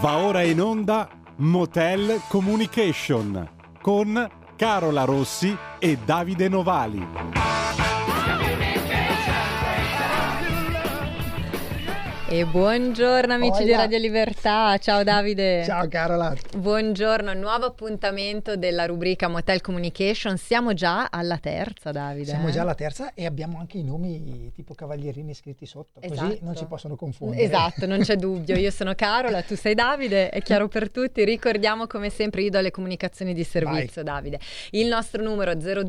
Va ora in onda Motel Communication con Carola Rossi e Davide Novali. E buongiorno amici di Radio Libertà, ciao Davide. Ciao Carola. Buongiorno, nuovo appuntamento della rubrica Motel Communication, siamo già alla terza Davide. Siamo già alla terza e abbiamo anche i nomi tipo cavalierini scritti sotto, esatto. Così non ci possono confondere. Esatto, non c'è dubbio, io sono Carola, tu sei Davide, è chiaro per tutti, ricordiamo come sempre io do le comunicazioni di servizio. Vai. Davide. Il nostro numero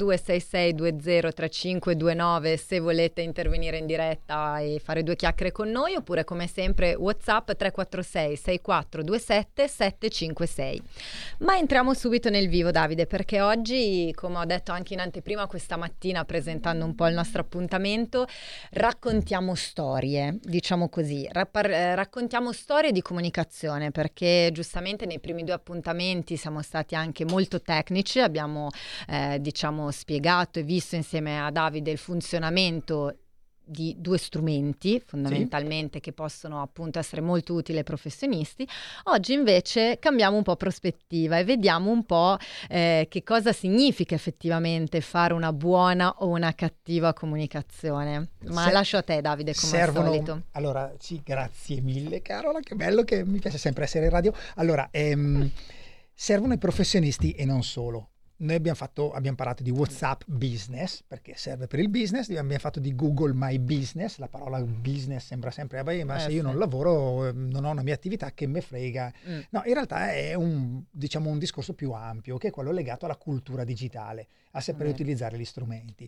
0266203529 se volete intervenire in diretta e fare due chiacchiere con noi, oppure come sempre WhatsApp 346 6427 756. Ma entriamo subito nel vivo Davide, perché oggi, come ho detto anche in anteprima questa mattina presentando un po' il nostro appuntamento, raccontiamo storie, diciamo così, raccontiamo storie di comunicazione, perché giustamente nei primi due appuntamenti siamo stati anche molto tecnici, abbiamo diciamo spiegato e visto insieme a Davide il funzionamento di due strumenti fondamentalmente, sì, che possono appunto essere molto utili ai professionisti. Oggi invece cambiamo un po' prospettiva e vediamo un po' che cosa significa effettivamente fare una buona o una cattiva comunicazione. Ma lascio a te Davide come al solito. Allora sì, grazie mille Carola, che bello, che mi piace sempre essere in radio. Allora servono i professionisti e non solo. Noi abbiamo parlato di WhatsApp Business perché serve per il business, abbiamo fatto di Google My Business, la parola business sembra sempre ma se io non lavoro, non ho una mia attività, che me frega. No, in realtà è un discorso più ampio, che è quello legato alla cultura digitale, a sapere utilizzare gli strumenti.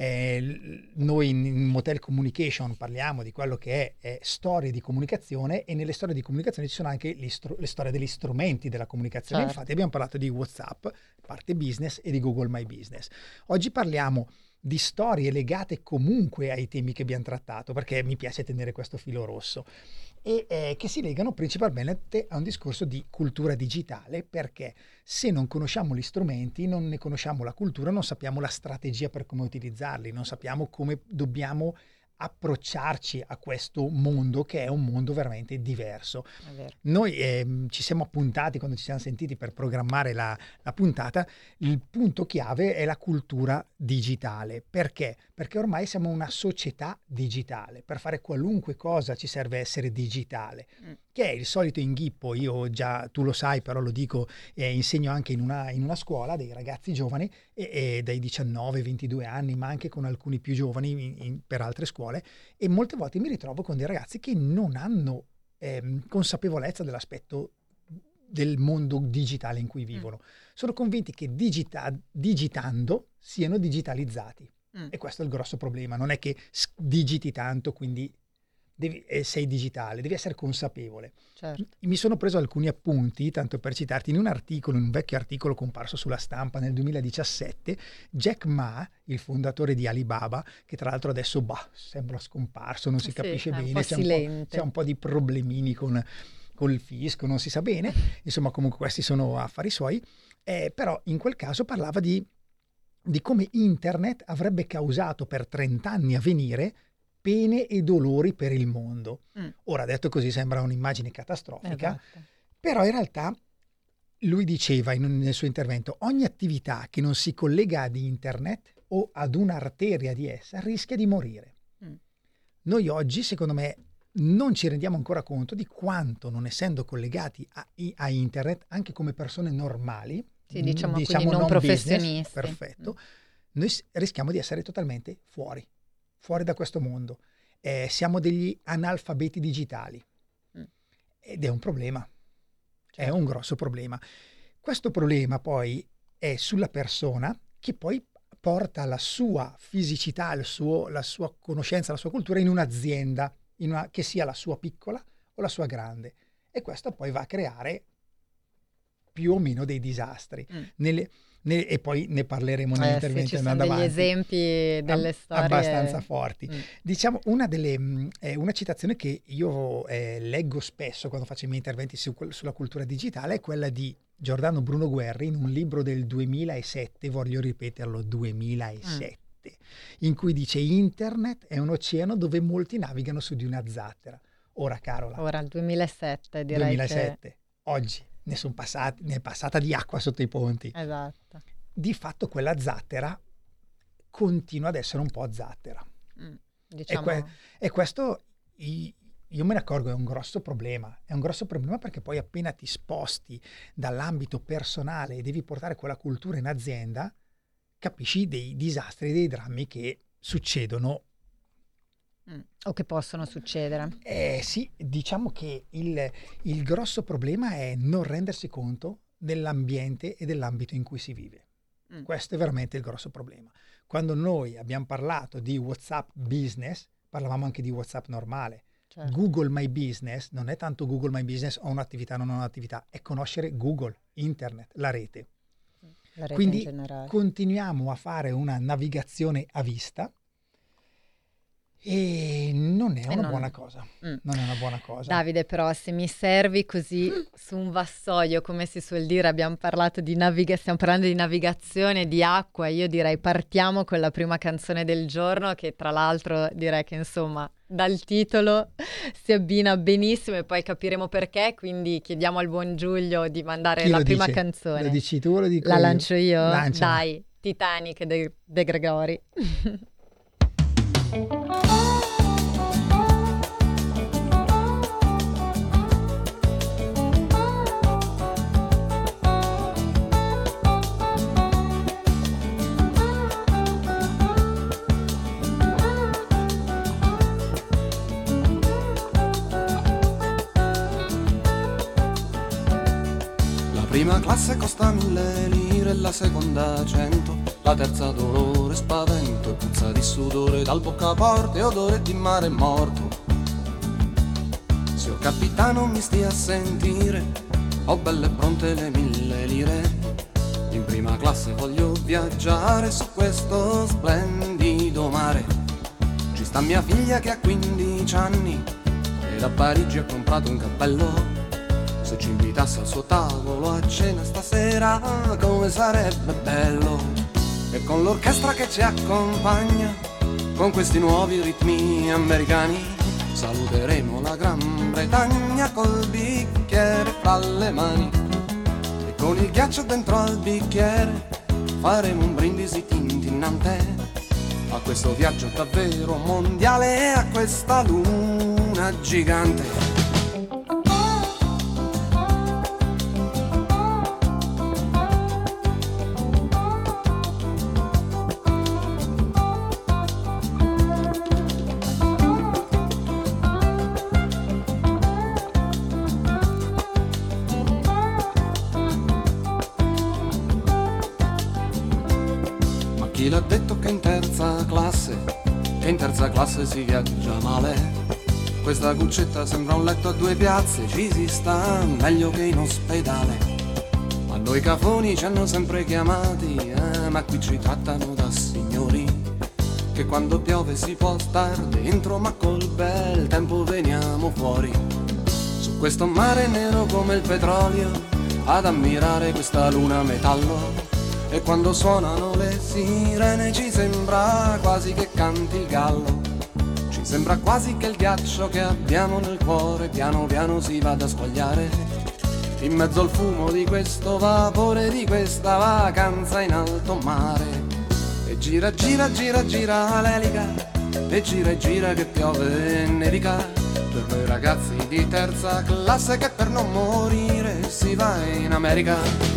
Noi in Motel Communication parliamo di quello che è storie di comunicazione, e nelle storie di comunicazione ci sono anche le storie degli strumenti della comunicazione. Certo. Infatti abbiamo parlato di WhatsApp, parte business, e di Google My Business. Oggi parliamo di storie legate comunque ai temi che abbiamo trattato, perché mi piace tenere questo filo rosso, e che si legano principalmente a un discorso di cultura digitale, perché se non conosciamo gli strumenti, non ne conosciamo la cultura, non sappiamo la strategia per come utilizzarli, non sappiamo come dobbiamo approcciarci a questo mondo, che è un mondo veramente diverso. Noi ci siamo appuntati, quando ci siamo sentiti per programmare la puntata, il punto chiave è la cultura digitale. Perché? Perché ormai siamo una società digitale. Per fare qualunque cosa ci serve essere digitale, che è il solito inghippo. Io già, tu lo sai, però lo dico, insegno anche in una scuola dei ragazzi giovani, e dai 19-22 anni, ma anche con alcuni più giovani per altre scuole, e molte volte mi ritrovo con dei ragazzi che non hanno consapevolezza dell'aspetto del mondo digitale in cui vivono. Sono convinti che digitando siano digitalizzati, e questo è il grosso problema. Non è che digiti tanto quindi sei digitale, devi essere consapevole. Certo. Mi sono preso alcuni appunti, tanto per citarti, in un vecchio articolo comparso sulla Stampa nel 2017, Jack Ma, il fondatore di Alibaba, che tra l'altro adesso sembra scomparso, non si capisce bene, c'è un po' di problemini con il fisco, non si sa bene, insomma comunque questi sono affari suoi, però in quel caso parlava di come internet avrebbe causato per 30 anni a venire pene e dolori per il mondo. Ora, detto così, sembra un'immagine catastrofica, esatto. Però in realtà lui diceva nel suo intervento: ogni attività che non si collega ad internet o ad un'arteria di essa rischia di morire. Noi oggi, secondo me, non ci rendiamo ancora conto di quanto, non essendo collegati a internet, anche come persone normali, diciamo non professionisti, business, perfetto, noi rischiamo di essere totalmente fuori da questo mondo. Siamo degli analfabeti digitali, ed è un problema, certo. È un grosso problema. Questo problema poi è sulla persona, che poi porta la sua fisicità, la sua conoscenza, la sua cultura in un'azienda, che sia la sua piccola o la sua grande, e questo poi va a creare più o meno dei disastri. E poi ne parleremo nell'intervento, sì, ci sono degli esempi, delle storie abbastanza forti. Diciamo una citazione che io leggo spesso quando faccio i miei interventi sulla cultura digitale, è quella di Giordano Bruno Guerri in un libro del 2007, voglio ripeterlo, 2007, in cui dice: internet è un oceano dove molti navigano su di una zattera. Ora, Carola. Ora, il 2007, direi 2007. oggi ne è passata di acqua sotto i ponti. Esatto. Di fatto quella zattera continua ad essere un po' zattera. Diciamo... E questo io me ne accorgo, è un grosso problema. È un grosso problema perché poi appena ti sposti dall'ambito personale e devi portare quella cultura in azienda, capisci dei disastri, dei drammi che succedono. O che possono succedere. Sì, diciamo che il grosso problema è non rendersi conto dell'ambiente e dell'ambito in cui si vive. Questo è veramente il grosso problema. Quando noi abbiamo parlato di WhatsApp Business, parlavamo anche di WhatsApp normale. Certo. Google My Business non è tanto Google My Business, ho un'attività, non ho un'attività, è conoscere Google, Internet, la rete. Quindi in generale. Continuiamo a fare una navigazione a vista e non è una buona cosa. Non è una buona cosa. Davide, però se mi servi così su un vassoio, come si suol dire, stiamo parlando di navigazione, di acqua, io direi partiamo con la prima canzone del giorno, che tra l'altro direi che insomma dal titolo si abbina benissimo e poi capiremo perché, quindi chiediamo al buon Giulio di mandare la prima canzone. Lo dici tu o lo dico La io? lancio io? Lanciala. Dai, Titanic De Gregori. La prima classe costa 1000 lire, la seconda 100, la terza dolore, spavento e puzza di sudore, dal boccaporte odore di mare morto. Signor capitano mi stia a sentire, ho belle pronte le 1000 lire, in prima classe voglio viaggiare su questo splendido mare. Ci sta mia figlia che ha 15 anni e da Parigi ha comprato un cappello. Se ci invitasse al suo tavolo a cena stasera, come sarebbe bello. E con l'orchestra che ci accompagna, con questi nuovi ritmi americani, saluteremo la Gran Bretagna col bicchiere fra le mani. E con il ghiaccio dentro al bicchiere faremo un brindisi tintinnante a questo viaggio davvero mondiale e a questa luna gigante. Chi l'ha detto che in terza classe si viaggia male? Questa cuccetta sembra un letto a 2 piazze, ci si sta meglio che in ospedale. A noi cafoni ci hanno sempre chiamati, ma qui ci trattano da signori, che quando piove si può star dentro, ma col bel tempo veniamo fuori. Su questo mare nero come il petrolio, ad ammirare questa luna metallo. E quando suonano le sirene ci sembra quasi che canti il gallo. Ci sembra quasi che il ghiaccio che abbiamo nel cuore piano piano si vada a squagliare in mezzo al fumo di questo vapore, di questa vacanza in alto mare. E gira, gira, gira, gira l'elica, e gira che piove e nevica, per noi ragazzi di terza classe che per non morire si va in America.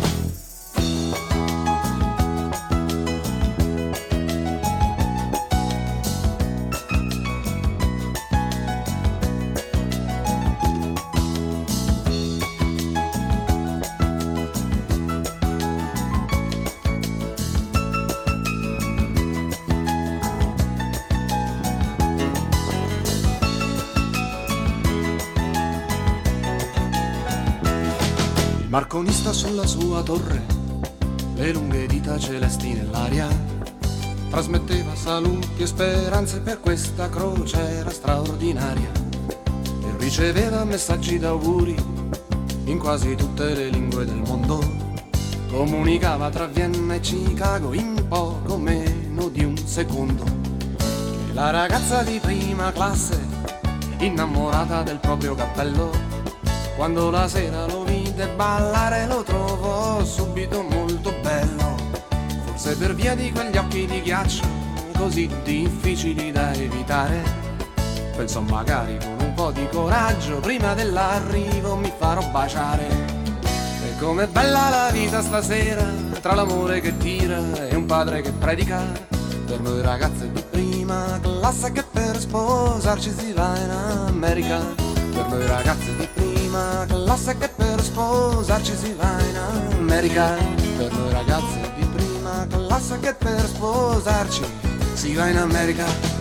Marconista sulla sua torre, le lunghe dita celesti nell'aria, trasmetteva saluti e speranze per questa crociera straordinaria, e riceveva messaggi d'auguri in quasi tutte le lingue del mondo, comunicava tra Vienna e Chicago in poco meno di un secondo. E la ragazza di prima classe, innamorata del proprio cappello, Quando la sera lo vide ballare lo trovò subito molto bello, forse per via di quegli occhi di ghiaccio così difficili da evitare. Pensò magari con un po' di coraggio prima dell'arrivo mi farò baciare. E com'è bella la vita stasera, tra l'amore che tira e un padre che predica, per noi ragazze di prima classe che per sposarci si va in America. Per noi ragazze di prima classe che per sposarci si va in America. Per noi ragazze di prima classe che per sposarci si va in America.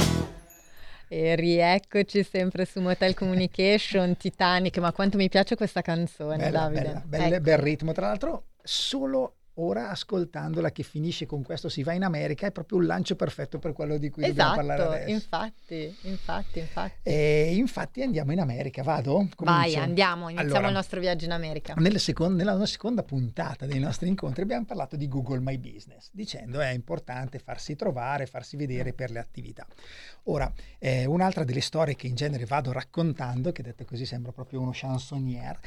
E rieccoci sempre su Motel Communication, Titanic, ma quanto mi piace questa canzone, Bella, Davide. bella, bel ritmo. Tra l'altro, solo ora ascoltandola che finisce con questo si va in America è proprio un lancio perfetto per quello di cui dobbiamo parlare adesso. Infatti. E infatti andiamo in America, vado? Comincio? Vai, iniziamo Allora, il nostro viaggio in America. nella seconda puntata dei nostri incontri abbiamo parlato di Google My Business, dicendo è importante farsi trovare, farsi vedere per le attività. Ora, un'altra delle storie che in genere vado raccontando, che detto così sembra proprio uno chansonnier,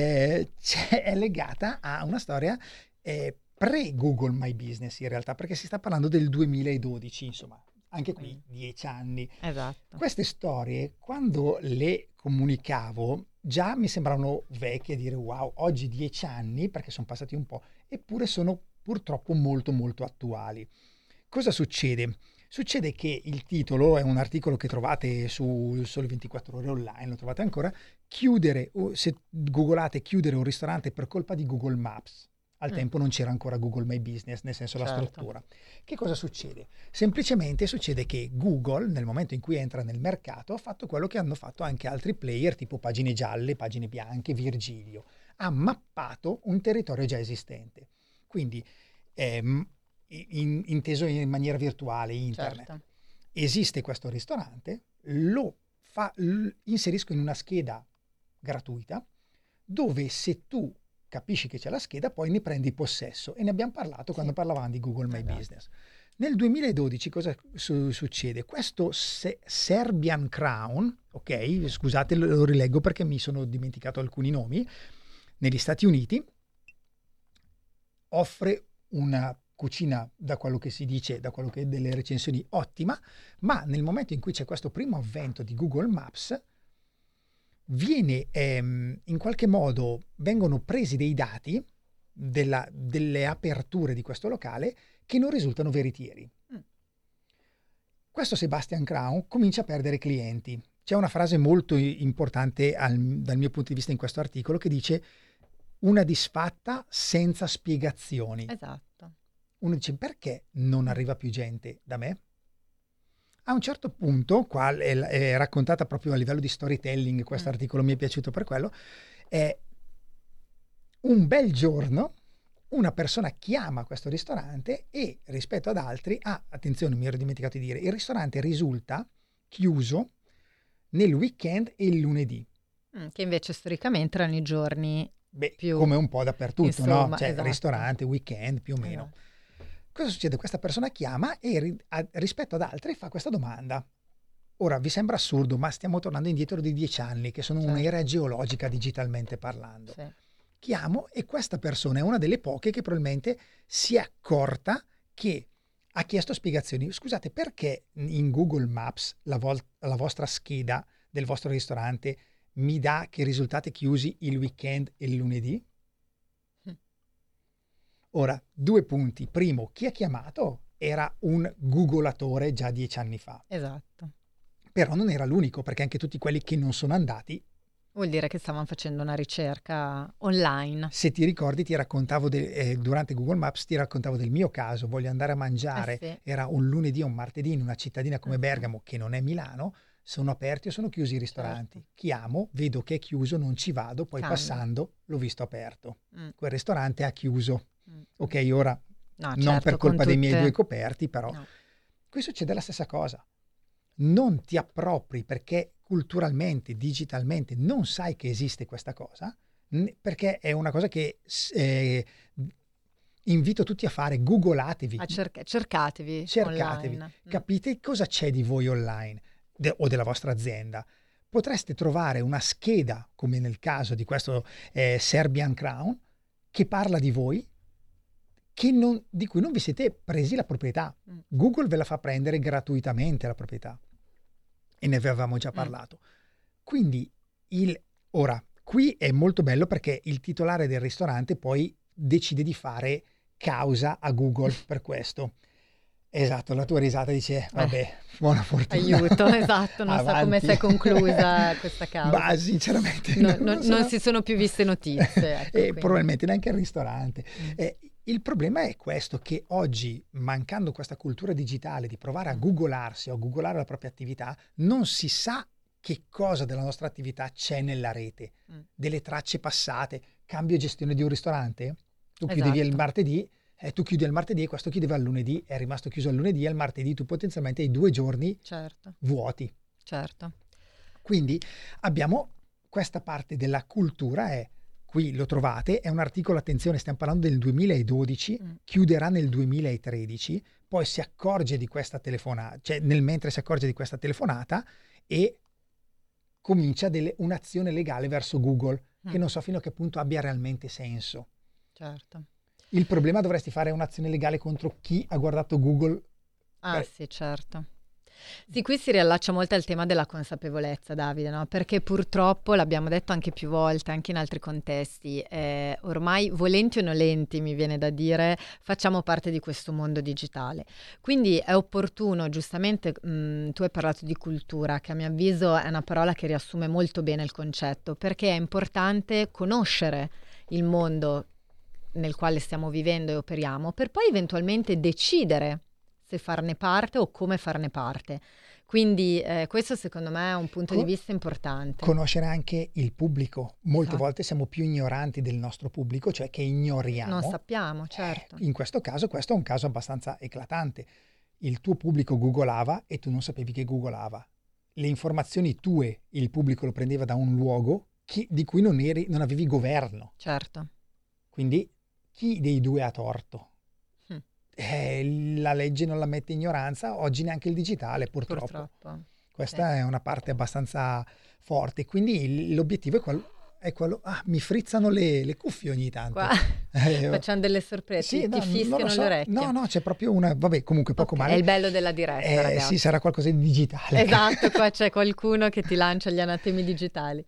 è legata a una storia pre-Google My Business in realtà, perché si sta parlando del 2012, insomma, anche qui 10 anni. Esatto. Queste storie, quando le comunicavo, già mi sembravano vecchie, a dire wow, oggi 10 anni, perché sono passati un po', eppure sono purtroppo molto molto attuali. Cosa succede? Succede che il titolo è un articolo che trovate su Sole 24 Ore online, lo trovate ancora, se googolate chiudere un ristorante per colpa di Google Maps. Al tempo non c'era ancora Google My Business, nel senso la struttura. Che cosa succede? Semplicemente succede che Google, nel momento in cui entra nel mercato, ha fatto quello che hanno fatto anche altri player, tipo Pagine Gialle, Pagine Bianche, Virgilio. Ha mappato un territorio già esistente. Quindi, inteso in maniera virtuale, internet. Certo. Esiste questo ristorante, lo inserisco in una scheda gratuita, dove se tu capisci che c'è la scheda, poi ne prendi possesso, e ne abbiamo parlato quando parlavamo di Google My Business. Nel 2012 cosa succede? Questo Serbian Crown, ok, scusate, lo rileggo perché mi sono dimenticato alcuni nomi, negli Stati Uniti offre una cucina, da quello che si dice, da quello che delle recensioni, ottima, ma nel momento in cui c'è questo primo avvento di Google Maps, in qualche modo vengono presi dei dati delle aperture di questo locale che non risultano veritieri. Questo Sebastian Crown comincia a perdere clienti. C'è una frase molto importante dal mio punto di vista in questo articolo che dice: una disfatta senza spiegazioni. Esatto. Uno dice: perché non arriva più gente da me? A un certo punto, qua è raccontata proprio a livello di storytelling, questo articolo mi è piaciuto per quello, un bel giorno una persona chiama questo ristorante e rispetto ad altri, attenzione, mi ero dimenticato di dire, il ristorante risulta chiuso nel weekend e il lunedì. Che invece storicamente erano i giorni più... come un po' dappertutto, insomma, no? Cioè esatto. Ristorante, weekend, più o meno. Cosa succede? Questa persona chiama e rispetto ad altri fa questa domanda. Ora, vi sembra assurdo, ma stiamo tornando indietro di 10 anni, che sono un'era geologica digitalmente parlando. Sì. Chiamo e questa persona è una delle poche che probabilmente si è accorta che ha chiesto spiegazioni. Scusate, perché in Google Maps la vostra scheda del vostro ristorante mi dà che risultate chiusi il weekend e il lunedì? Ora, 2 punti. Primo, chi ha chiamato era un googlatore già 10 anni fa. Esatto. Però non era l'unico, perché anche tutti quelli che non sono andati... Vuol dire che stavano facendo una ricerca online. Se ti ricordi, ti raccontavo durante Google Maps, ti raccontavo del mio caso. Voglio andare a mangiare. Sì. Era un lunedì o un martedì in una cittadina come Bergamo, che non è Milano. Sono aperti o sono chiusi i ristoranti. Certo. Chiamo, vedo che è chiuso, non ci vado, poi passando l'ho visto aperto. Quel ristorante ha chiuso. Ok, ora non per colpa dei miei 2 coperti, però qui succede la stessa cosa. Non ti appropri perché culturalmente, digitalmente non sai che esiste questa cosa, perché è una cosa che invito tutti a fare. Googolatevi, cercatevi online. capite cosa c'è di voi online o della vostra azienda. potreste trovare una scheda, come nel caso di questo Serbian Crown, che parla di voi, di cui non vi siete presi la proprietà. Google ve la fa prendere gratuitamente la proprietà, e ne avevamo già parlato. Quindi ora qui è molto bello, perché il titolare del ristorante poi decide di fare causa a Google per questo. Esatto, la tua risata dice vabbè, buona fortuna. Aiuto, esatto, non so come si è conclusa questa causa. Ma sinceramente non si sono più viste notizie. Ecco, probabilmente neanche al ristorante. Il problema è questo, che oggi, mancando questa cultura digitale di provare a googolarsi o a googolare la propria attività, non si sa che cosa della nostra attività c'è nella rete, delle tracce passate, cambio gestione di un ristorante, tu chiudevi il martedì, tu chiudi il martedì e questo chiudeva il lunedì, è rimasto chiuso il lunedì e il martedì tu potenzialmente hai 2 giorni vuoti. Certo. Quindi abbiamo questa parte della cultura, qui lo trovate, è un articolo, attenzione, stiamo parlando del 2012, chiuderà nel 2013, poi si accorge di questa telefonata, cioè nel mentre si accorge di questa telefonata e comincia un'azione legale verso Google, che non so fino a che punto abbia realmente senso. Certo. Il problema, dovresti fare un'azione legale contro chi ha guardato Google. Sì, certo. Sì, qui si riallaccia molto al tema della consapevolezza, Davide, no? Perché purtroppo, l'abbiamo detto anche più volte, anche in altri contesti, ormai volenti o nolenti, mi viene da dire, facciamo parte di questo mondo digitale. Quindi è opportuno, giustamente tu hai parlato di cultura, che a mio avviso è una parola che riassume molto bene il concetto, perché è importante conoscere il mondo nel quale stiamo vivendo e operiamo, per poi eventualmente decidere se farne parte o come farne parte. Quindi questo secondo me è un punto di vista importante. Conoscere anche il pubblico. Molte volte siamo più ignoranti del nostro pubblico, cioè che ignoriamo. Non sappiamo, certo. In questo caso, questo è un caso abbastanza eclatante. Il tuo pubblico googolava e tu non sapevi che googolava. Le informazioni tue, il pubblico lo prendeva da un luogo di cui non avevi governo. Certo. Quindi chi dei due ha torto? La legge non la mette ignoranza, oggi neanche il digitale, purtroppo. Questa è una parte abbastanza forte, quindi l'obiettivo è quello mi frizzano le cuffie ogni tanto. Facciamo delle sorprese, ti fischiano le orecchie. No, c'è proprio vabbè, comunque poco male. È il bello della diretta, ragazzi. Sì, sarà qualcosa di digitale. Esatto, qua c'è qualcuno che ti lancia gli anatemi digitali.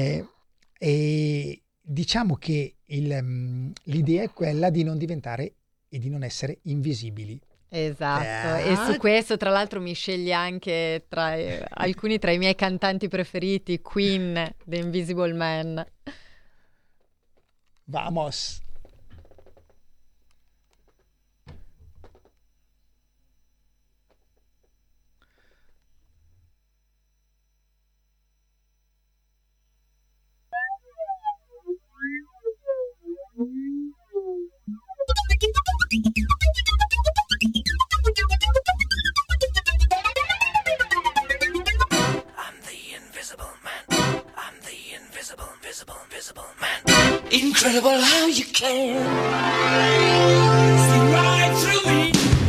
E diciamo che l'idea è quella di non diventare e di non essere invisibili. Esatto, e su questo tra l'altro mi scegli anche alcuni tra i miei cantanti preferiti, Queen, The Invisible Man. Vamos! Incredible how you can see right through me.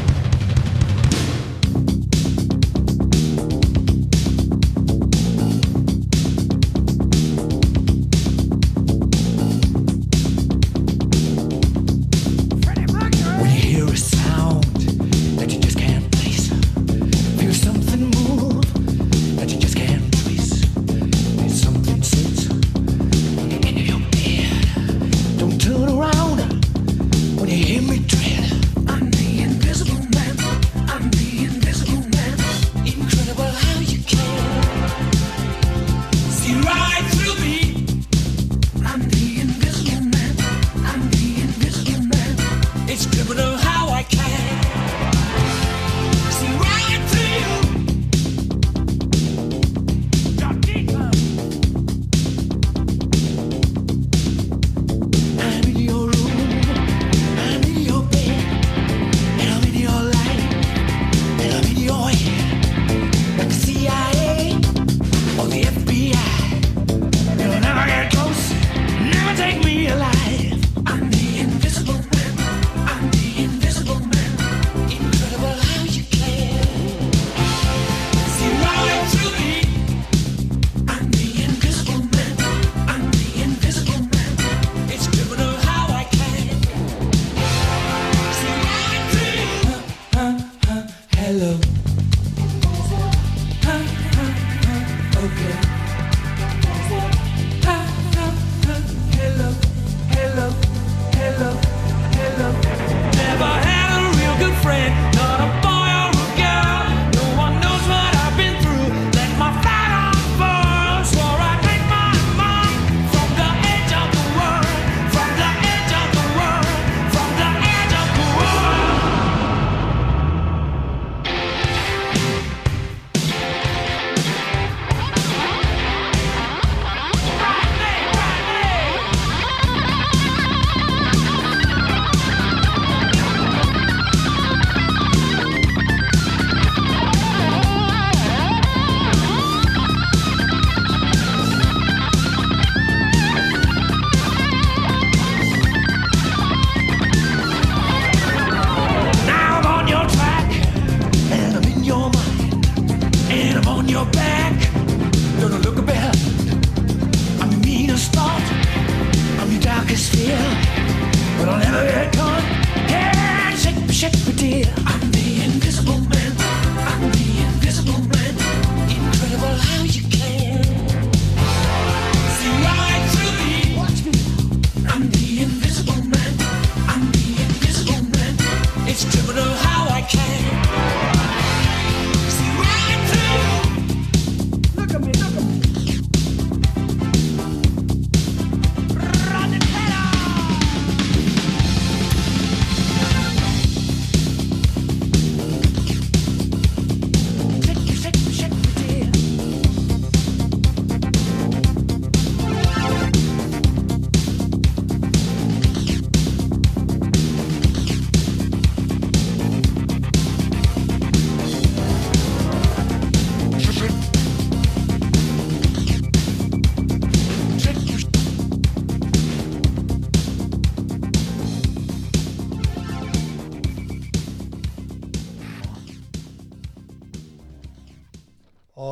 When you hear a sound that you just can't place, feel something move that you just can't trace, there's something sits in your head. Don't turn around when you hear me.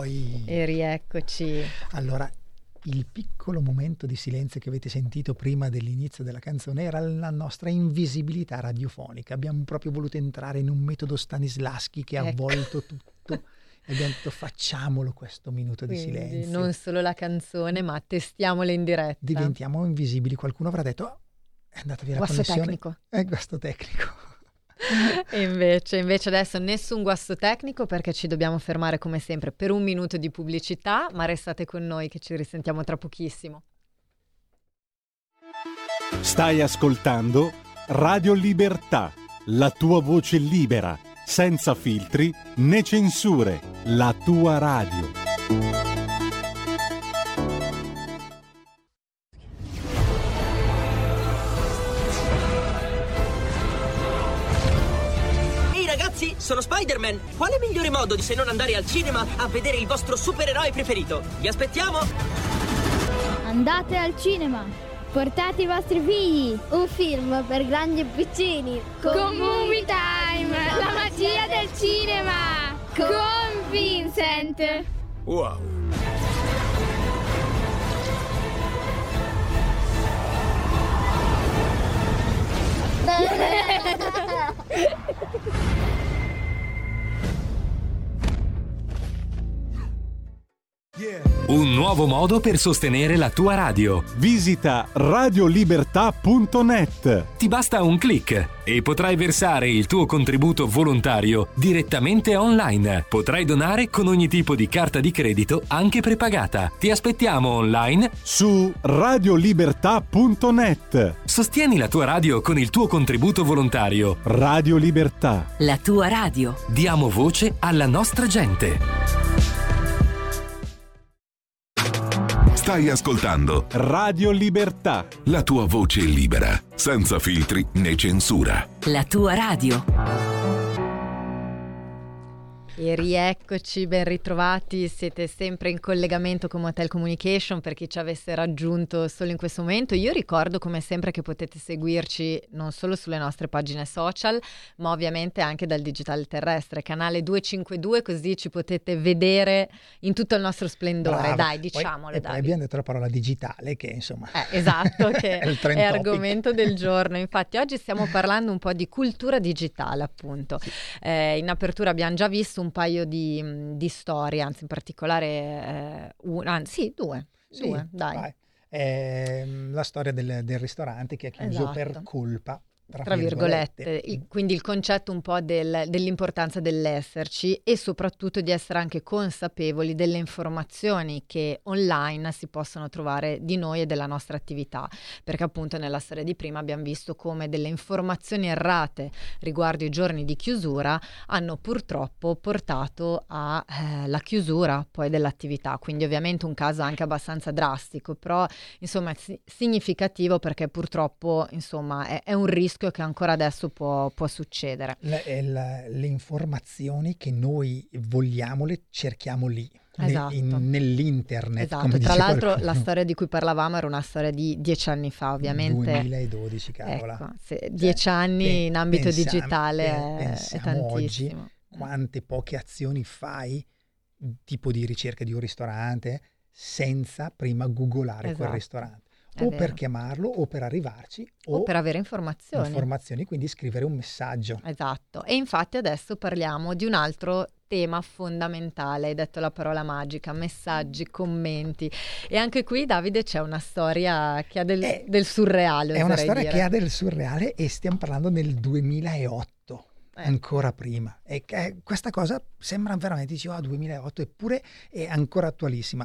poi... E rieccoci. Allora, il piccolo momento di silenzio che avete sentito prima dell'inizio della canzone era la nostra invisibilità radiofonica. Abbiamo proprio voluto entrare in un metodo Stanislavski che ha avvolto tutto. E abbiamo detto facciamolo questo minuto Quindi, di silenzio. non solo la canzone, ma testiamola in diretta. Diventiamo invisibili. Qualcuno avrà detto è andata via la connessione. Tecnico. Guasto tecnico. E invece adesso nessun guasto tecnico, perché ci dobbiamo fermare come sempre per un minuto di pubblicità, ma restate con noi che ci risentiamo tra pochissimo. Stai ascoltando Radio Libertà, la tua voce libera, senza filtri né censure, la tua radio. Sono Spider-Man! Quale migliore modo di se non andare al cinema a vedere il vostro supereroe preferito? Vi aspettiamo! Andate al cinema! Portate i vostri figli! Un film per grandi e piccini! Con Movie Time! La magia del cinema! Con Vincent! Wow! Un nuovo modo per sostenere la tua radio. Visita radiolibertà.net. Ti basta un click e potrai versare il tuo contributo volontario direttamente online. Potrai donare con ogni tipo di carta di credito, anche prepagata. Ti aspettiamo online su radiolibertà.net. Sostieni la tua radio con il tuo contributo volontario. Radio Libertà. La tua radio. Diamo voce alla nostra gente. Stai ascoltando Radio Libertà, la tua voce libera, senza filtri né censura. La tua radio. E rieccoci, ben ritrovati, siete sempre in collegamento con Motel Communication. Per chi ci avesse raggiunto solo in questo momento, io ricordo come sempre che potete seguirci non solo sulle nostre pagine social, ma ovviamente anche dal digitale terrestre, canale 252, così ci potete vedere in tutto il nostro splendore. Brava. Dai, diciamolo. Poi abbiamo detto la parola digitale, che insomma esatto, che è argomento del giorno. Infatti oggi stiamo parlando un po' di cultura digitale, appunto. In apertura abbiamo già visto un paio di storie, anzi in particolare due, dai. La storia del ristorante che ha chiuso per colpa, tra virgolette. Quindi il concetto un po' dell'importanza dell'esserci e soprattutto di essere anche consapevoli delle informazioni che online si possono trovare di noi e della nostra attività, perché appunto nella storia di prima abbiamo visto come delle informazioni errate riguardo i giorni di chiusura hanno purtroppo portato alla chiusura poi dell'attività, quindi ovviamente un caso anche abbastanza drastico, però insomma significativo, perché purtroppo insomma è un rischio che ancora adesso può succedere. Le informazioni che noi vogliamo le cerchiamo lì, esatto. Nell'internet. Esatto. Come Tra l'altro qualcuno. La storia di cui parlavamo era una storia di 10 anni fa, ovviamente. 2012, cavola. Ecco, 10 anni in ambito digitale è tantissimo. Oggi quante poche azioni fai, tipo di ricerca di un ristorante, senza prima googolare quel ristorante. O per chiamarlo, o per arrivarci, o per avere informazioni, quindi scrivere un messaggio. Esatto. E infatti adesso parliamo di un altro tema fondamentale, hai detto la parola magica, messaggi, commenti. E anche qui, Davide, c'è una storia che ha del surreale. È una storia che ha del surreale, e stiamo parlando del 2008. Ancora prima, e questa cosa sembra veramente, dici 2008, eppure è ancora attualissima.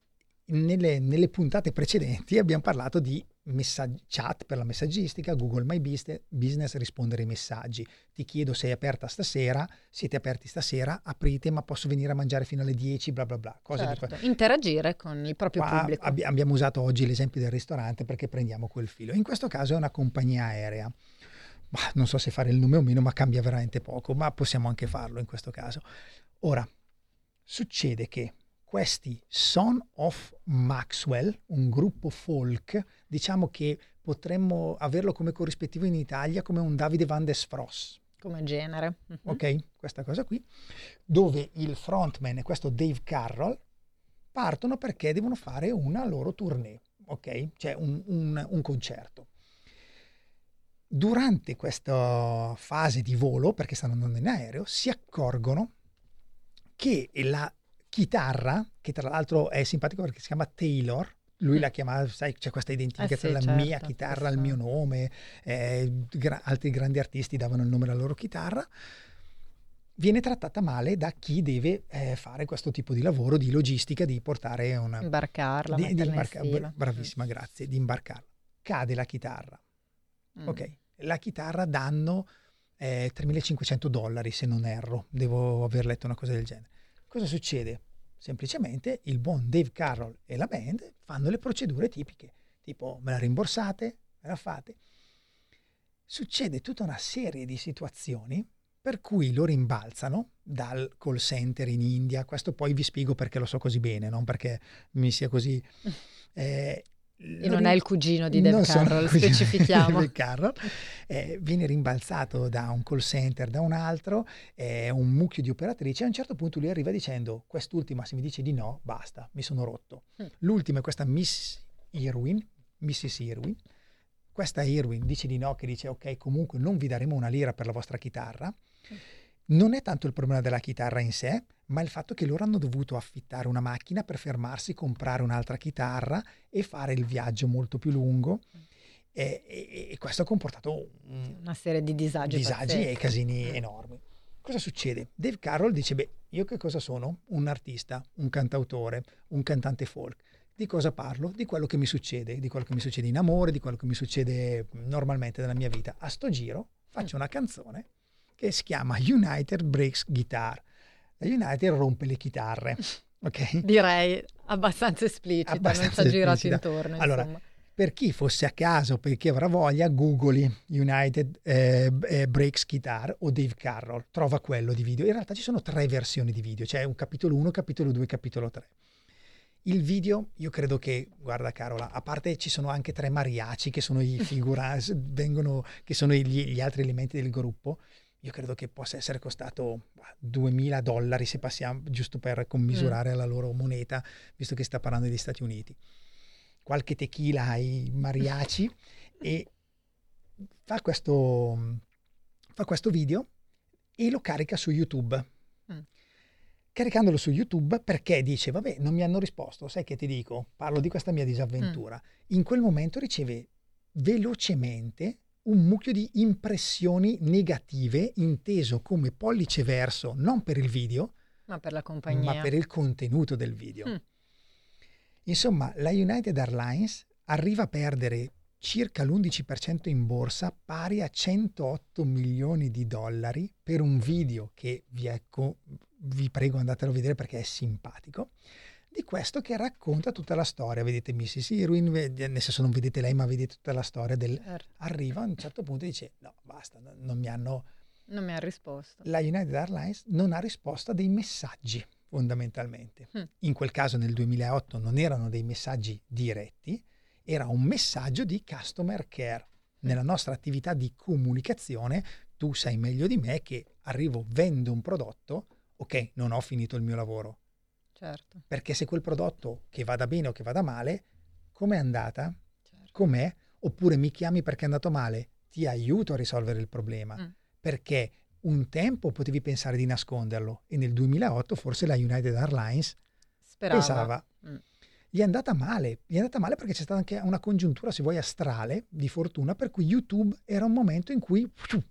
Nelle puntate precedenti abbiamo parlato di chat per la messaggistica, Google My Business, rispondere ai messaggi. Ti chiedo, sei aperta stasera? Siete aperti stasera? Aprite, ma posso venire a mangiare fino alle 10, bla bla bla. Interagire con il proprio pubblico. Abbiamo usato oggi l'esempio del ristorante perché prendiamo quel filo. In questo caso è una compagnia aerea. Non so se fare il nome o meno, ma cambia veramente poco, ma possiamo anche farlo in questo caso. Ora, succede che questi Son of Maxwell, un gruppo folk, diciamo che potremmo averlo come corrispettivo in Italia come un Davide Van der Sfross. come genere. Ok, questa cosa qui, dove il frontman e questo Dave Carroll partono perché devono fare una loro tournée, ok? Cioè un concerto. Durante questa fase di volo, perché stanno andando in aereo, si accorgono che la chitarra, che tra l'altro è simpatico perché si chiama Taylor, lui la chiama, sai, c'è questa identificazione, sì, la certo, mia chitarra, il mio nome, altri grandi artisti davano il nome alla loro chitarra, viene trattata male da chi deve fare questo tipo di lavoro, di logistica, di portare una... Imbarcarla, bravissima, grazie, di imbarcarla. Cade la chitarra. Ok, la chitarra danno $3.500 se non erro, devo aver letto una cosa del genere. Cosa succede? Semplicemente il buon Dave Carroll e la band fanno le procedure tipiche, tipo me la rimborsate, me la fate. Succede tutta una serie di situazioni per cui lo rimbalzano dal call center in India. Questo poi vi spiego perché lo so così bene, non perché mi sia così... E non è il cugino di Dave Carroll, specifichiamo. Dave Carroll viene rimbalzato da un call center, da un altro, un mucchio di operatrici. A un certo punto lui arriva dicendo: quest'ultima se mi dice di no, basta, mi sono rotto. L'ultima è questa Mrs. Irwin. Questa Irwin dice di no, che dice ok, comunque non vi daremo una lira per la vostra chitarra. Non è tanto il problema della chitarra in sé, ma il fatto che loro hanno dovuto affittare una macchina per fermarsi, comprare un'altra chitarra e fare il viaggio molto più lungo. E questo ha comportato una serie di disagi e casini enormi. Cosa succede? Dave Carroll dice: beh, io che cosa sono? Un artista, un cantautore, un cantante folk. Di cosa parlo? Di quello che mi succede, di quello che mi succede in amore, di quello che mi succede normalmente nella mia vita. A sto giro faccio una canzone che si chiama United Breaks Guitar. La United rompe le chitarre, ok? Direi abbastanza esplicita, non ci ha girato intorno. Allora, insomma. Per chi fosse a caso, per chi avrà voglia, googli United Breaks Guitar o Dave Carroll, trova quello di video. In realtà ci sono 3 versioni di video, c'è un capitolo 1, capitolo 2, capitolo 3. Il video, io credo che, guarda Carola, a parte ci sono anche 3 mariachi che sono i che sono gli altri elementi del gruppo. Io credo che possa essere costato $2.000 se passiamo, giusto per commisurare la loro moneta, visto che sta parlando degli Stati Uniti. Qualche tequila ai mariachi e fa questo video e lo carica su YouTube. Caricandolo su YouTube perché dice: vabbè, non mi hanno risposto, sai che ti dico? Parlo di questa mia disavventura. In quel momento riceve velocemente un mucchio di impressioni negative, inteso come pollice verso, non per il video, ma per la compagnia, ma per il contenuto del video. Insomma, la United Airlines arriva a perdere circa l'11% in borsa, pari a $108 milioni per un video che vi prego andatelo a vedere perché è simpatico, di questo che racconta tutta la storia. Vedete Mrs. Irwin, nel senso non vedete lei ma vedete tutta la storia arriva a un certo punto e dice: no, basta, non mi ha risposto. La United Airlines non ha risposto a dei messaggi fondamentalmente. In quel caso nel 2008 non erano dei messaggi diretti, era un messaggio di customer care. Nella nostra attività di comunicazione tu sai meglio di me che arrivo, vendo un prodotto, ok, non ho finito il mio lavoro. Certo. Perché se quel prodotto, che vada bene o che vada male, com'è andata? Certo. Com'è? Oppure mi chiami perché è andato male? Ti aiuto a risolvere il problema. Perché un tempo potevi pensare di nasconderlo e nel 2008 forse la United Airlines pensava. Gli è andata male perché c'è stata anche una congiuntura, se vuoi, astrale di fortuna, per cui YouTube era un momento in cui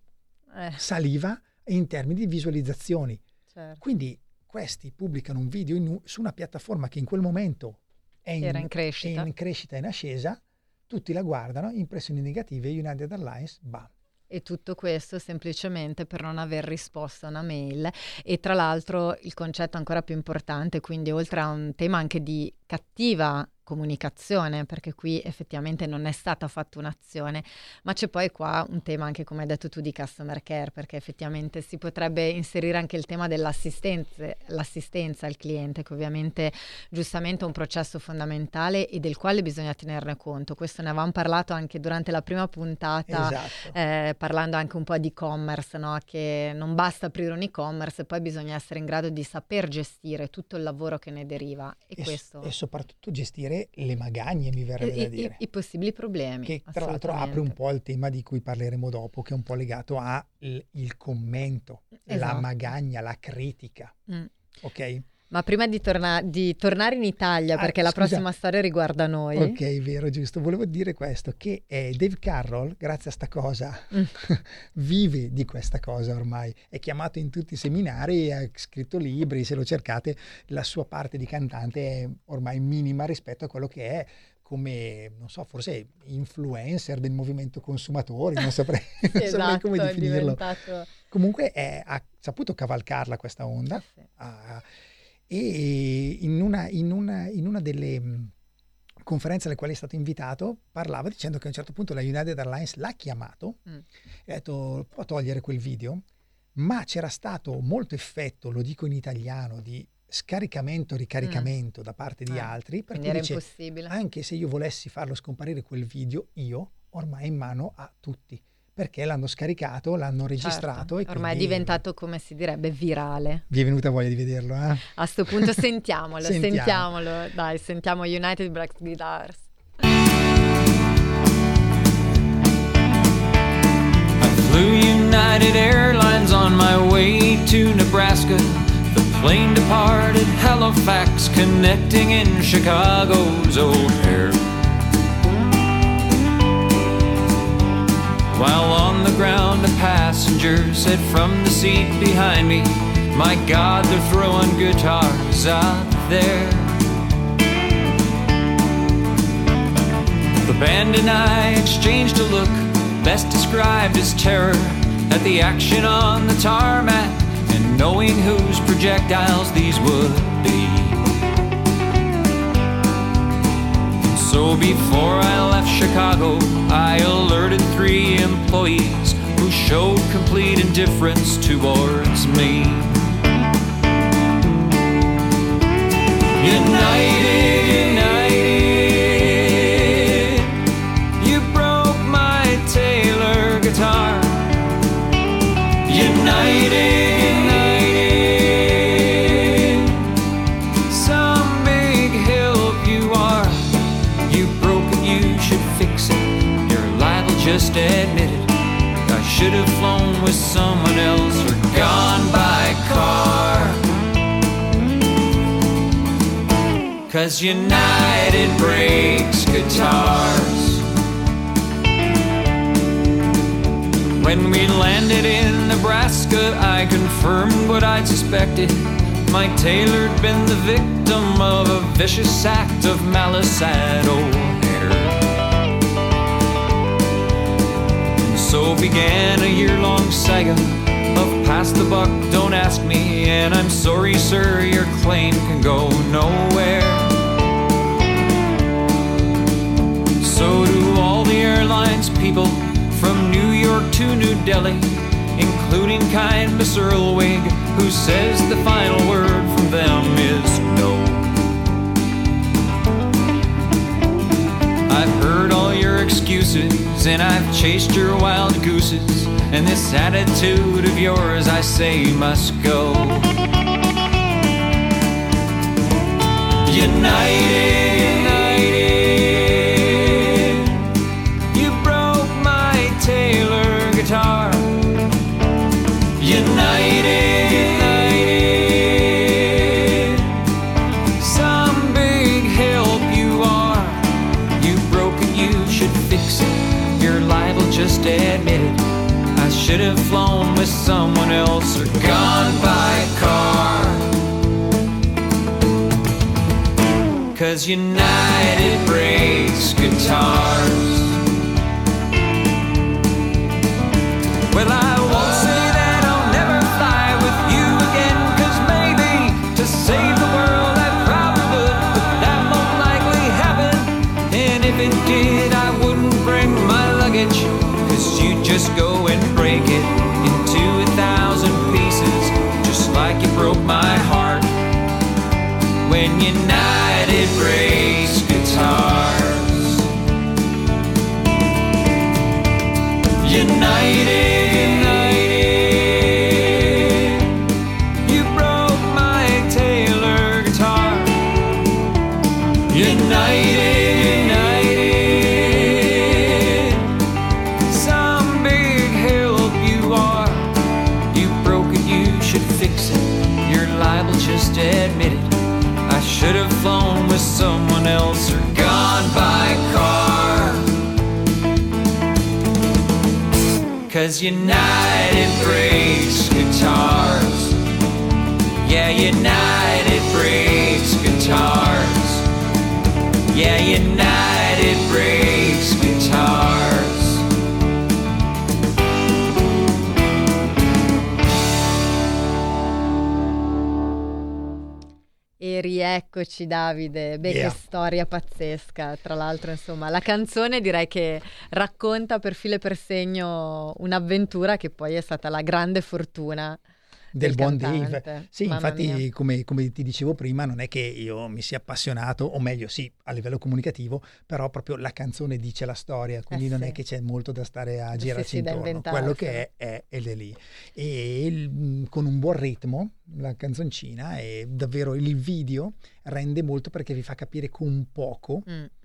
saliva in termini di visualizzazioni. Certo. Quindi questi pubblicano un video su una piattaforma che in quel momento era in crescita, in ascesa, tutti la guardano, impressioni negative, United Airlines, bam. E tutto questo semplicemente per non aver risposto a una mail. E tra l'altro il concetto ancora più importante, quindi oltre a un tema anche di cattiva comunicazione, perché qui effettivamente non è stata fatta un'azione, ma c'è poi qua un tema anche, come hai detto tu, di customer care, perché effettivamente si potrebbe inserire anche il tema l'assistenza al cliente, che ovviamente giustamente è un processo fondamentale e del quale bisogna tenerne conto. Questo ne avevamo parlato anche durante la prima puntata, Esatto. parlando anche un po' di e-commerce, no? Che non basta aprire un e-commerce, poi bisogna essere in grado di saper gestire tutto il lavoro che ne deriva e soprattutto gestire le magagne, mi verrebbe da dire. I possibili problemi. Che tra l'altro apre un po' il tema di cui parleremo dopo, che è un po' legato a il commento, la magagna, la critica. Ok? Ma prima di tornare in Italia, perché la prossima storia riguarda noi. Ok, vero, giusto. Volevo dire questo, che Dave Carroll, grazie a sta cosa, vive di questa cosa ormai. È chiamato in tutti i seminari, ha scritto libri, se lo cercate, la sua parte di cantante è ormai minima rispetto a quello che è come, non so, forse influencer del movimento consumatori, non saprei, non saprei come definirlo. Comunque ha saputo cavalcarla questa onda. E in una delle conferenze alle quali è stato invitato parlava dicendo che a un certo punto la United Airlines l'ha chiamato e ha detto: può togliere quel video? Ma c'era stato molto effetto, lo dico in italiano, di scaricamento, ricaricamento da parte di altri, perché era dice, impossibile. Anche se io volessi farlo scomparire quel video, io ormai in mano a tutti, perché l'hanno scaricato, l'hanno registrato. Certo. E ormai è diventato, come si direbbe, virale. Vi è venuta voglia di vederlo, eh? A sto punto sentiamolo. Dai, sentiamo United Black Guitars. I flew United Airlines on my way to Nebraska. The plane departed Halifax, connecting in Chicago's O'Hare. While on the ground a passenger said from the seat behind me, my God, they're throwing guitars out there. The band and I exchanged a look, best described as terror, at the action on the tarmac, and knowing whose projectiles these would be. So before I left Chicago, I alerted 3 employees who showed complete indifference towards me. United, United, you broke my Taylor guitar. United, United, some big help you are. You broke it, you should fix it. You're liable, just admit it. I should have flown with someone else or gone by car. 'Cause United breaks guitars. When we landed in Nebraska, I confirmed what I'd suspected. My Taylor'd been the victim of a vicious act of malice at O'Hare. And so began a year-long saga of pass the buck, don't ask me, and I'm sorry, sir, your claim can go nowhere. So do all the airlines people from New York to New Delhi, including kind Miss Earlwig, who says the final word from them is no. I've heard all your excuses and I've chased your wild gooses, and this attitude of yours, I say, must go. United, United, you broke my Taylor guitar. United, United, some big help you are. You broke it, you should fix it. You're liable, just admit it. I should have flown with someone else or gone by car. 'Cause United breaks guitars. Well, I won't say that I'll never fly with you again, 'cause maybe to save the world I probably would, but that won't likely happen 'cause United breaks guitars. Yeah, United breaks guitars. Yeah, United breaks guitars. E rieccoci Davide, beh Yeah. che storia pazzesca, tra l'altro insomma la canzone direi che racconta per filo e per segno un'avventura che poi è stata la grande fortuna del buon cantante. Dave. Sì, Mamma infatti mia. come ti dicevo prima, non è che io mi sia appassionato, o meglio sì, a livello comunicativo, però proprio la canzone dice la storia, quindi non sì. è che c'è molto da stare a Sì, girarci sì, da intorno. Quello che è ed è lì. E con un buon ritmo, la canzoncina, e davvero il video rende molto perché vi fa capire con poco,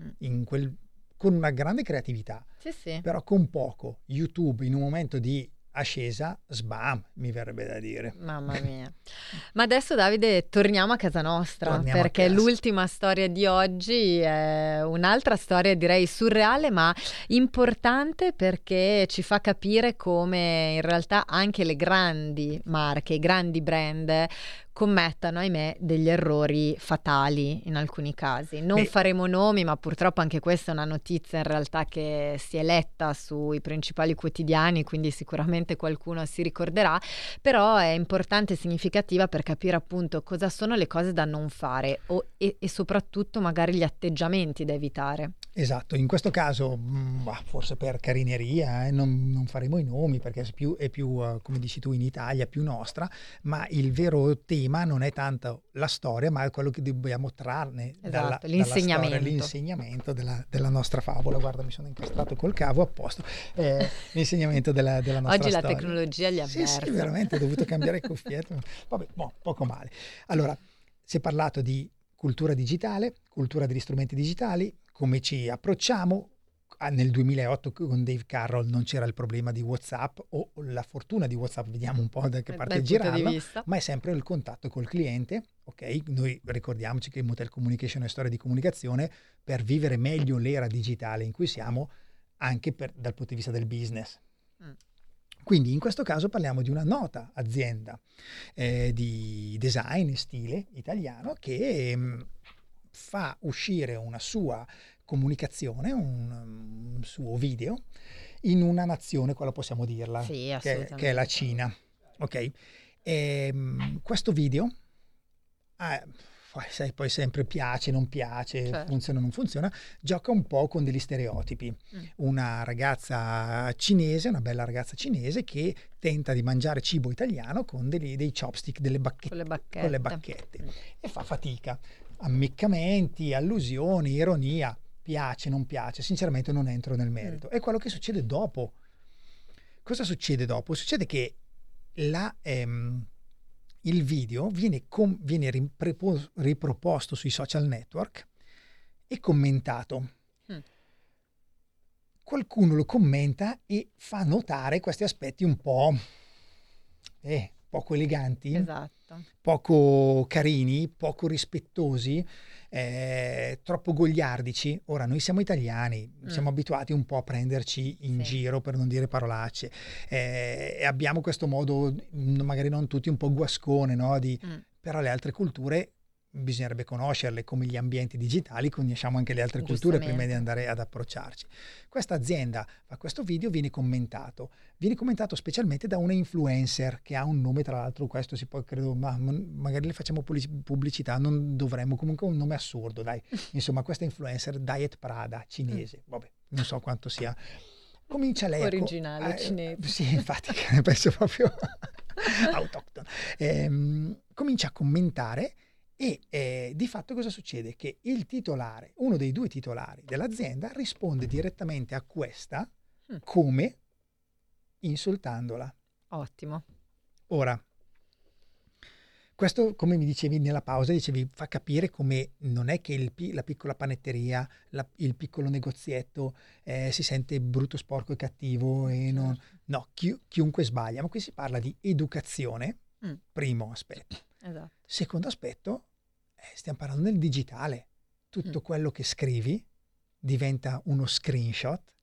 con una grande creatività, Sì, sì. però con poco, YouTube in un momento di ascesa, sbam, mi verrebbe da dire. Mamma mia. Ma adesso Davide torniamo a casa nostra, Torniamo a perché casa. l'ultima storia di oggi è un'altra storia direi surreale ma importante, perché ci fa capire come in realtà anche le grandi marche, i grandi brand commettano, ahimè, degli errori fatali in alcuni casi. Non faremo nomi, ma purtroppo anche questa è una notizia in realtà che si è letta sui principali quotidiani, quindi sicuramente qualcuno si ricorderà, però è importante e significativa per capire appunto cosa sono le cose da non fare e soprattutto magari gli atteggiamenti da evitare. Esatto, in questo caso forse per carineria non faremo i nomi perché è più come dici tu in Italia, più nostra, ma il vero tema non è tanto la storia, ma è quello che dobbiamo trarne Esatto, l'insegnamento. Dalla storia, l'insegnamento della nostra favola. Guarda, mi sono incastrato col cavo a posto. L'insegnamento della nostra Oggi storia. la tecnologia gli ha Sì, veramente, ho dovuto cambiare cuffiette. Vabbè, poco male. Allora, si è parlato di cultura digitale, cultura degli strumenti digitali, come ci approcciamo. Nel 2008 con Dave Carroll non c'era il problema di WhatsApp o la fortuna di WhatsApp, vediamo un po' da che parte girarla, ma è sempre il contatto col cliente. Ok, noi ricordiamoci che Motel Communication è storia di comunicazione per vivere meglio l'era digitale in cui siamo, anche dal punto di vista del business. Quindi in questo caso parliamo di una nota azienda di design e stile italiano che fa uscire una sua comunicazione, un suo video in una nazione, quella possiamo dirla, sì, che è la Cina. Ok, questo video sai, poi sempre piace, non piace, certo. Funziona, non funziona, gioca un po' con degli stereotipi. Una ragazza cinese, una bella ragazza cinese che tenta di mangiare cibo italiano con dei chopstick, con le bacchette e fa fatica. Ammiccamenti, allusioni, ironia, piace, non piace, sinceramente non entro nel merito. È quello che succede dopo. Cosa succede dopo? Succede che il video viene riproposto sui social network e commentato. Qualcuno lo commenta e fa notare questi aspetti un po' poco eleganti, esatto. Poco carini, poco rispettosi, troppo goliardici. Ora, noi siamo italiani, siamo abituati un po' a prenderci in giro, per non dire parolacce, e abbiamo questo modo, magari non tutti, un po' guascone, no? Però le altre culture bisognerebbe conoscerle, come gli ambienti digitali conosciamo anche le altre culture prima di andare ad approcciarci. Questa azienda fa questo video, viene commentato specialmente da una influencer che ha un nome, tra l'altro questo si può, credo, magari le facciamo pubblicità, non dovremmo, comunque un nome assurdo, dai. Insomma, questa influencer Diet Prada cinese, vabbè, non so quanto sia, comincia lei originale cinese. Sì, infatti penso proprio autoctono. Comincia a commentare. E di fatto cosa succede? Che il titolare, uno dei due titolari dell'azienda, risponde direttamente a questa come insultandola. Ottimo. Ora, questo, come mi dicevi nella pausa, fa capire come non è che la piccola panetteria, il piccolo negozietto si sente brutto, sporco e cattivo e non, no, chiunque sbaglia, ma qui si parla di educazione, primo aspetto. Esatto. Secondo aspetto, stiamo parlando del digitale. Tutto quello che scrivi diventa uno screenshot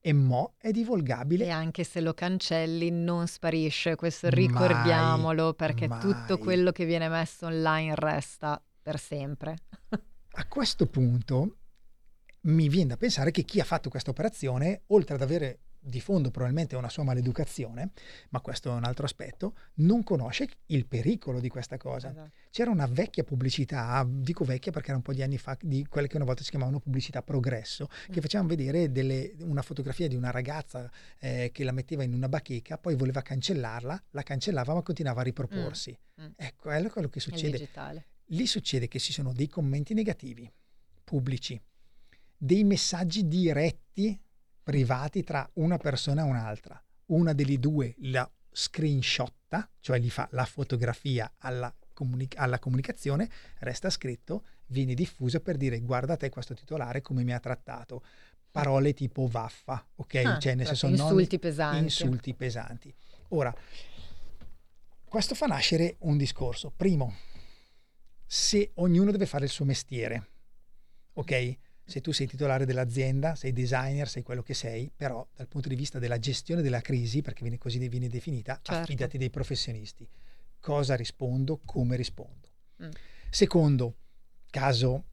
e mo è divulgabile. E anche se lo cancelli non sparisce, questo ricordiamolo, perché mai. Tutto quello che viene messo online resta per sempre. A questo punto mi viene da pensare che chi ha fatto questa operazione, oltre ad avere di fondo probabilmente una sua maleducazione, ma questo è un altro aspetto, non conosce il pericolo di questa cosa. Esatto. C'era una vecchia pubblicità, dico vecchia perché era un po' di anni fa, di quelle che una volta si chiamavano pubblicità progresso, che facevano vedere una fotografia di una ragazza che la metteva in una bacheca, poi voleva cancellarla, la cancellava ma continuava a riproporsi. Ecco, è quello che succede. Digitale. Lì succede che ci sono dei commenti negativi, pubblici, dei messaggi diretti, privati tra una persona e un'altra. Una delle due la screenshotta, cioè gli fa la fotografia alla comunicazione, resta scritto, viene diffusa per dire guarda te questo titolare come mi ha trattato. Parole tipo vaffa, ok? Cioè nel senso insulti pesanti. Insulti pesanti. Ora, questo fa nascere un discorso. Primo, se ognuno deve fare il suo mestiere, ok? Se tu sei titolare dell'azienda, sei designer, sei quello che sei, però dal punto di vista della gestione della crisi, perché così viene definita, certo. Affidati dei professionisti. Cosa rispondo? Come rispondo? Secondo caso,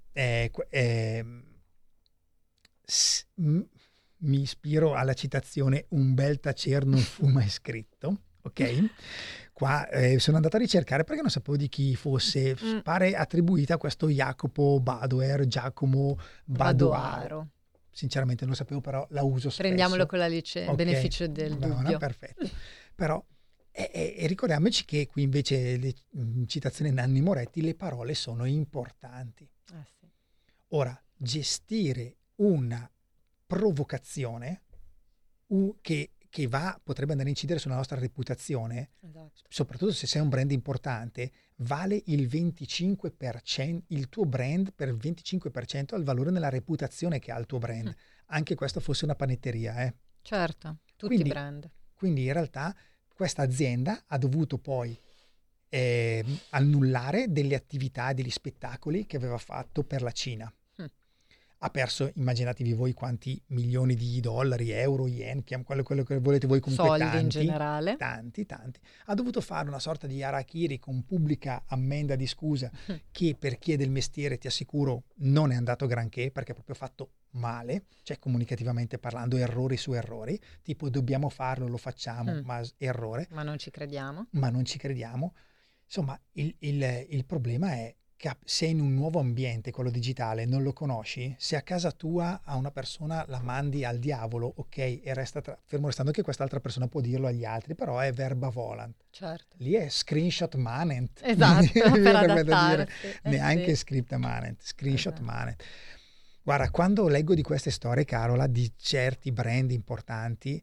mi ispiro alla citazione un bel tacer non fu mai scritto, ok? Qua sono andato a ricercare perché non sapevo di chi fosse, pare attribuita a questo Giacomo Badoaro. Sinceramente non lo sapevo, però la uso spesso. Prendiamolo con la beneficio del dubbio. Perfetto. Però ricordiamoci che qui invece citazione Nanni Moretti, le parole sono importanti. Sì. Ora, gestire una provocazione che potrebbe andare a incidere sulla nostra reputazione, esatto. Soprattutto se sei un brand importante, vale il 25%, il tuo brand per il 25% al valore nella reputazione che ha il tuo brand. Anche questo fosse una panetteria. Certo, tutti i brand. Quindi in realtà questa azienda ha dovuto poi annullare delle attività, degli spettacoli che aveva fatto per la Cina. Ha perso, immaginatevi voi quanti milioni di dollari, euro, yen, quello che volete voi, comunque soldi tanti, in generale. Tanti. Ha dovuto fare una sorta di harakiri con pubblica ammenda di scusa che per chi è del mestiere, ti assicuro, non è andato granché, perché è proprio fatto male, cioè comunicativamente parlando, errori su errori, tipo dobbiamo farlo, lo facciamo, ma errore. Ma non ci crediamo. Insomma, il problema è che se in un nuovo ambiente, quello digitale, non lo conosci, se a casa tua a una persona la mandi al diavolo, ok, e resta fermo restando che quest'altra persona può dirlo agli altri, però è verba volant. Certo. Lì è screenshot manent. Esatto, per adattarsi. Neanche script manent, screenshot manent. Guarda, quando leggo di queste storie, Carola, di certi brand importanti,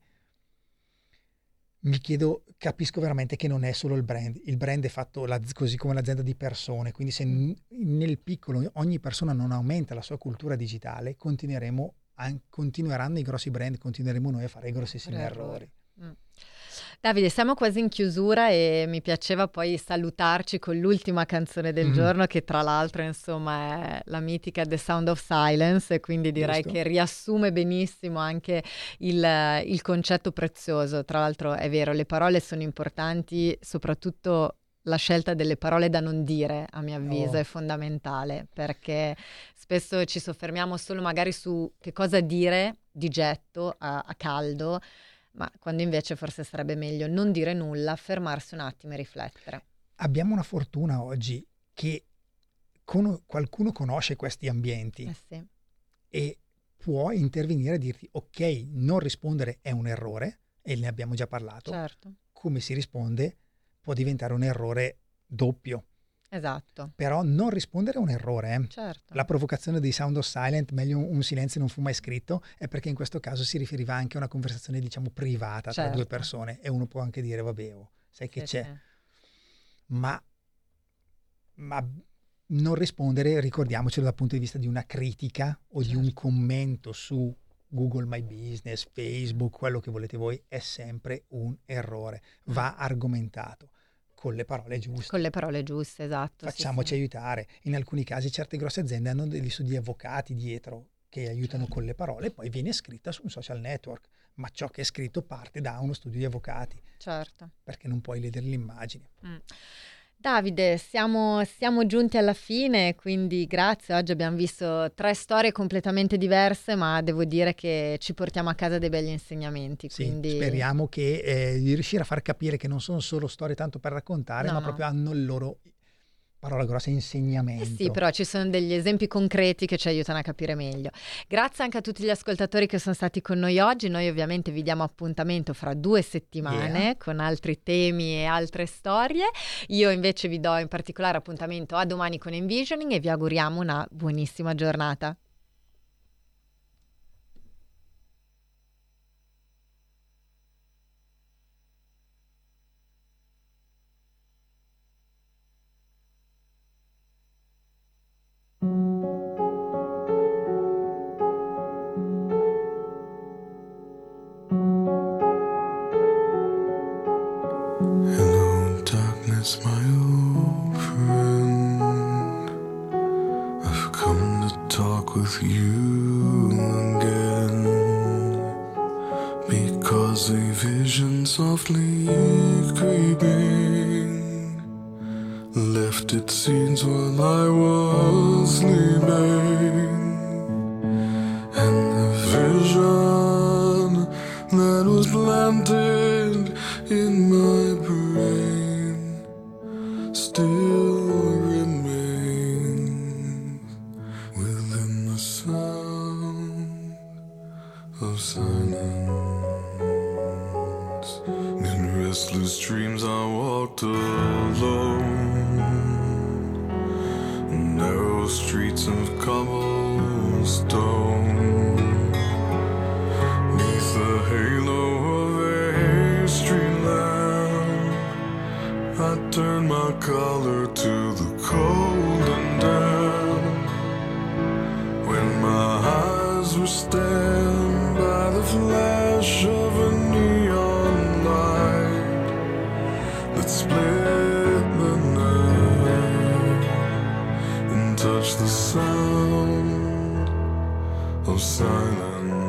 mi chiedo, capisco veramente che non è solo il brand è fatto così come l'azienda di persone, quindi se nel piccolo ogni persona non aumenta la sua cultura digitale, continueranno i grossi brand, continueremo noi a fare i grossissimi errori. Davide, siamo quasi in chiusura e mi piaceva poi salutarci con l'ultima canzone del giorno, che tra l'altro insomma è la mitica The Sound of Silence, e quindi direi che riassume benissimo anche il concetto prezioso. Tra l'altro è vero, le parole sono importanti, soprattutto la scelta delle parole da non dire, a mio avviso, è fondamentale, perché spesso ci soffermiamo solo magari su che cosa dire di getto a caldo, ma quando invece forse sarebbe meglio non dire nulla, fermarsi un attimo e riflettere. Abbiamo una fortuna oggi che qualcuno conosce questi ambienti e può intervenire e dirti ok, non rispondere è un errore, e ne abbiamo già parlato. Certo. Come si risponde può diventare un errore doppio. Esatto. Però non rispondere è un errore. Certo. La provocazione dei Sound of Silence, meglio un silenzio non fu mai scritto, è perché in questo caso si riferiva anche a una conversazione, diciamo, privata tra due persone, e uno può anche dire vabbè, sai che c'è. Ma non rispondere, ricordiamocelo, dal punto di vista di una critica o di un commento su Google My Business, Facebook, quello che volete voi, è sempre un errore. Va argomentato con le parole giuste. Con le parole giuste, esatto. Facciamoci aiutare. In alcuni casi certe grosse aziende hanno degli studi avvocati dietro che aiutano con le parole, poi viene scritta su un social network. ma ciò che è scritto parte da uno studio di avvocati. Certo. Perché non puoi ledere l'immagine. Davide, siamo giunti alla fine, quindi grazie. Oggi abbiamo visto 3 storie completamente diverse, ma devo dire che ci portiamo a casa dei begli insegnamenti. Quindi... Sì, speriamo di riuscire a far capire che non sono solo storie tanto per raccontare, ma proprio hanno il loro, parola grossa, insegnamento. Sì, però ci sono degli esempi concreti che ci aiutano a capire meglio. Grazie anche a tutti gli ascoltatori che sono stati con noi oggi. Noi ovviamente vi diamo appuntamento fra 2 settimane con altri temi e altre storie. Io invece vi do in particolare appuntamento a domani con Envisioning e vi auguriamo una buonissima giornata. Hello, darkness, my old friend. I've come to talk with you again, because a vision softly creeping left its scenes while I was sleeping, and the vision that was planted in my brain still remains within the sound of silence. In restless dreams I walked alone, narrow streets of cobblestone, neath the halo of a street lamp. I turned my collar to the cold and damp, when my eyes were stabbed by the flash of a neon light that split the night and touched the sound of silence.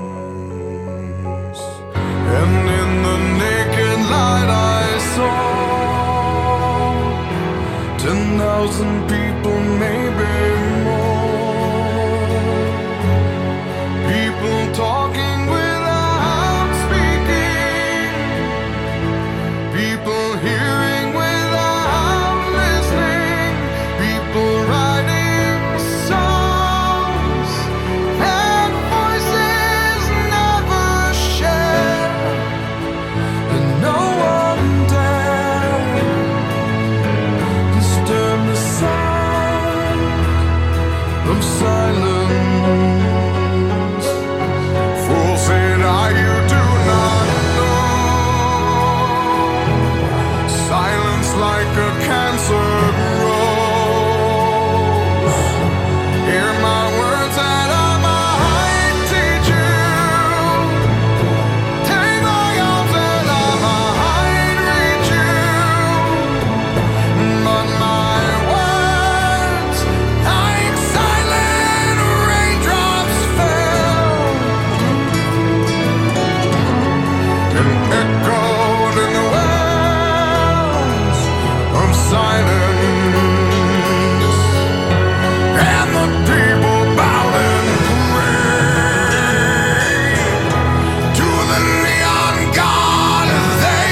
And in the naked light I saw 10,000 people, maybe more, people talking without speaking, people hearing without listening, people writing songs and voices never shared, and no one dared disturb the sound of silence. Fool said I, you do not know. Silence like a cancer grows. Hear my words and I might teach you. Take my arms and I might reach you. But my words, like silent raindrops, fell and echoed in the wells of silence, and the people bowed and prayed to the neon god they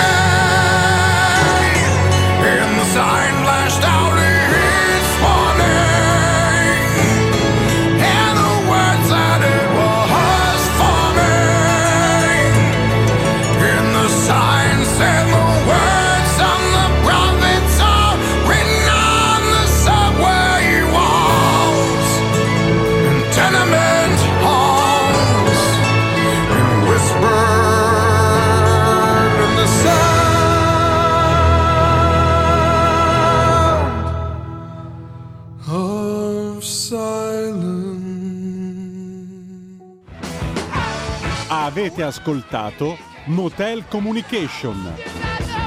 made, and the sign flashed out its warning, and the words that it was forming, and the sign said the words of the prophets are written on the subway walls, in tenement halls, and whispered in the sound of silence. Avete ascoltato Motel Communication.